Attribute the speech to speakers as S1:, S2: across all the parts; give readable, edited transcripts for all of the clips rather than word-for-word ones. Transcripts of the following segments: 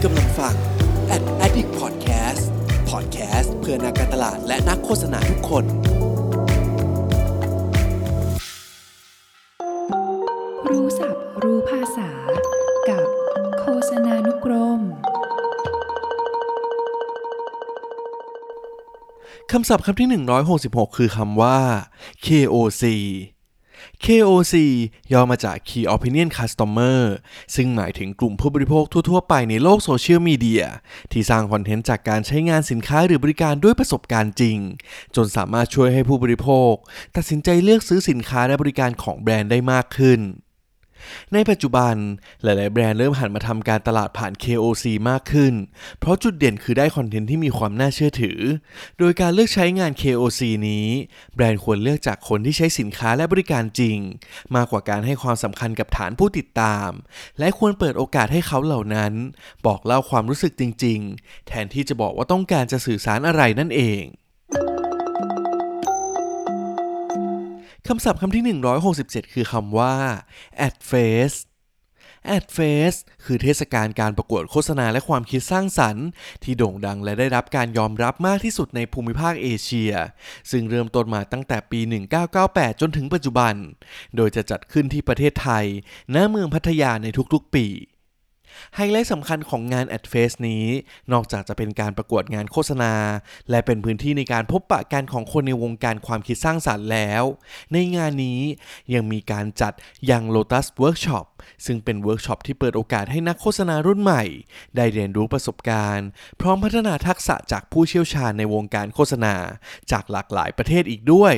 S1: กำลังฟัง Addict Podcast เพื่อนักการตลาดและนักโฆษณาทุกคน
S2: รู้ศัพท์รู้ภาษากับโฆษณานุกรม
S3: คำศัพท์คำที่166คือคำว่า KOC KOC ย่อมาจาก Key Opinion Customer ซึ่งหมายถึงกลุ่มผู้บริโภคทั่วๆไปในโลกโซเชียลมีเดียที่สร้างคอนเทนต์จากการใช้งานสินค้าหรือบริการด้วยประสบการณ์จริงจนสามารถช่วยให้ผู้บริโภคตัดสินใจเลือกซื้อสินค้าและบริการของแบรนด์ได้มากขึ้นในปัจจุบันหลายๆแบรนด์เริ่มหันมาทำการตลาดผ่าน KOC มากขึ้นเพราะจุดเด่นคือได้คอนเทนต์ที่มีความน่าเชื่อถือโดยการเลือกใช้งาน KOC นี้แบรนด์ควรเลือกจากคนที่ใช้สินค้าและบริการจริงมากกว่าการให้ความสำคัญกับฐานผู้ติดตามและควรเปิดโอกาสให้เขาเหล่านั้นบอกเล่าความรู้สึกจริงๆแทนที่จะบอกว่าต้องการจะสื่อสารอะไรนั่นเองคำศัพท์คำที่167คือคำว่า Ad Fest Ad Fest คือเทศกาลการประกวดโฆษณาและความคิดสร้างสรรค์ที่โด่งดังและได้รับการยอมรับมากที่สุดในภูมิภาคเอเชียซึ่งเริ่มต้นมาตั้งแต่ปี1998จนถึงปัจจุบันโดยจะจัดขึ้นที่ประเทศไทยณเมืองพัทยาในทุกๆปีไฮไลท์สำคัญของงาน Ad Fest นี้นอกจากจะเป็นการประกวดงานโฆษณาและเป็นพื้นที่ในการพบปะกันของคนในวงการความคิดสร้างสรรค์แล้วในงานนี้ยังมีการจัด Young Lotus Workshop ซึ่งเป็นเวิร์กช็อปที่เปิดโอกาสให้นักโฆษณารุ่นใหม่ได้เรียนรู้ประสบการณ์พร้อมพัฒนาทักษะจากผู้เชี่ยวชาญในวงการโฆษณาจากหลากหลายประเทศอีกด้วย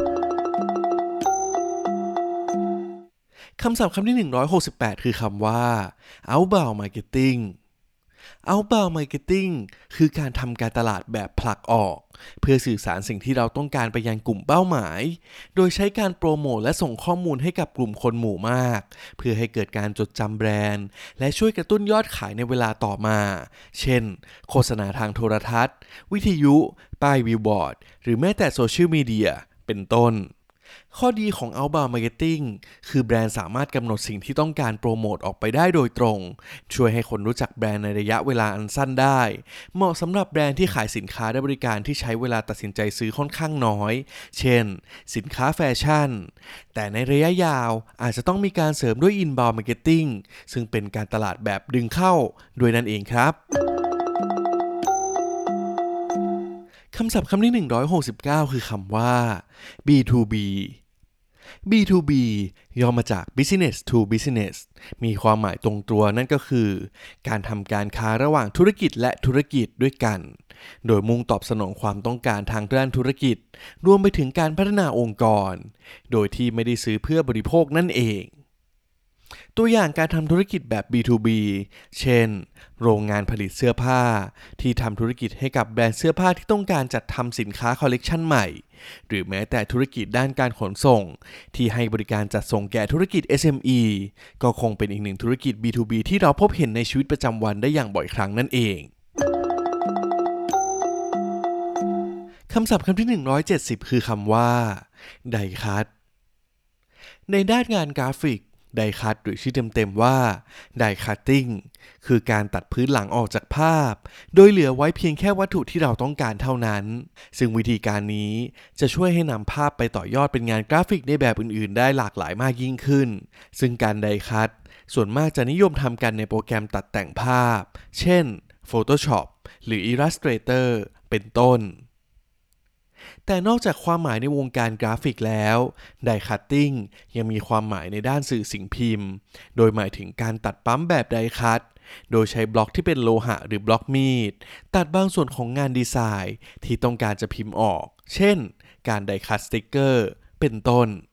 S3: คำศัพท์คำที่168คือคำว่า Outbound Marketing Outbound Marketing คือการทำการตลาดแบบผลักออกเพื่อสื่อสารสิ่งที่เราต้องการไปยังกลุ่มเป้าหมายโดยใช้การโปรโมทและส่งข้อมูลให้กับกลุ่มคนหมู่มากเพื่อให้เกิดการจดจำแบรนด์และช่วยกระตุ้นยอดขายในเวลาต่อมาเช่นโฆษณาทางโทรทัศน์วิทยุป้ายบิลบอร์ดหรือแม้แต่โซเชียลมีเดียเป็นต้นข้อดีของ Outbound Marketing คือแบรนด์สามารถกำหนดสิ่งที่ต้องการโปรโมทออกไปได้โดยตรงช่วยให้คนรู้จักแบรนด์ในระยะเวลาอันสั้นได้เหมาะสำหรับแบรนด์ที่ขายสินค้าและบริการที่ใช้เวลาตัดสินใจซื้อค่อนข้างน้อยเช่นสินค้าแฟชั่นแต่ในระยะยาวอาจจะต้องมีการเสริมด้วย Inbound Marketing ซึ่งเป็นการตลาดแบบดึงเข้าด้วยนั่นเองครับคำศัพท์คำที่169คือคำว่า B2B B2B ย่อมาจาก Business to Business มีความหมายตรงตัวนั่นก็คือการทำการค้าระหว่างธุรกิจและธุรกิจด้วยกันโดยมุ่งตอบสนองความต้องการทางด้านธุรกิจรวมไปถึงการพัฒนาองค์กรโดยที่ไม่ได้ซื้อเพื่อบริโภคนั่นเองตัวอย่างการทำธุรกิจแบบ B2B เช่นโรงงานผลิตเสื้อผ้าที่ทำธุรกิจให้กับแบรนด์เสื้อผ้าที่ต้องการจัดทำสินค้าคอลเลกชันใหม่หรือแม้แต่ธุรกิจด้านการขนส่งที่ให้บริการจัดส่งแก่ธุรกิจ SME ก็คงเป็นอีกหนึ่งธุรกิจ B2B ที่เราพบเห็นในชีวิตประจำวันได้อย่างบ่อยครั้งนั่นเองคำศัพท์คำที่170คือคำว่าไดคัตในด้านงานกราฟิกไดคัตหรือชื่อเต็มๆว่าไดคัตติ้งคือการตัดพื้นหลังออกจากภาพโดยเหลือไว้เพียงแค่วัตถุที่เราต้องการเท่านั้นซึ่งวิธีการนี้จะช่วยให้นำภาพไปต่อยอดเป็นงานกราฟิกในแบบอื่นๆได้หลากหลายมากยิ่งขึ้นซึ่งการไดคัตส่วนมากจะนิยมทำกันในโปรแกรมตัดแต่งภาพเช่น Photoshop หรือ Illustrator เป็นต้นแต่นอกจากความหมายในวงการกราฟิกแล้วไดคัตติ้งยังมีความหมายในด้านสื่อสิ่งพิมพ์โดยหมายถึงการตัดปั๊มแบบไดคัตโดยใช้บล็อกที่เป็นโลหะหรือบล็อกมีดตัดบางส่วนของงานดีไซน์ที่ต้องการจะพิมพ์ออกเช่นการไดคัตสติกเกอร์เป็นต้น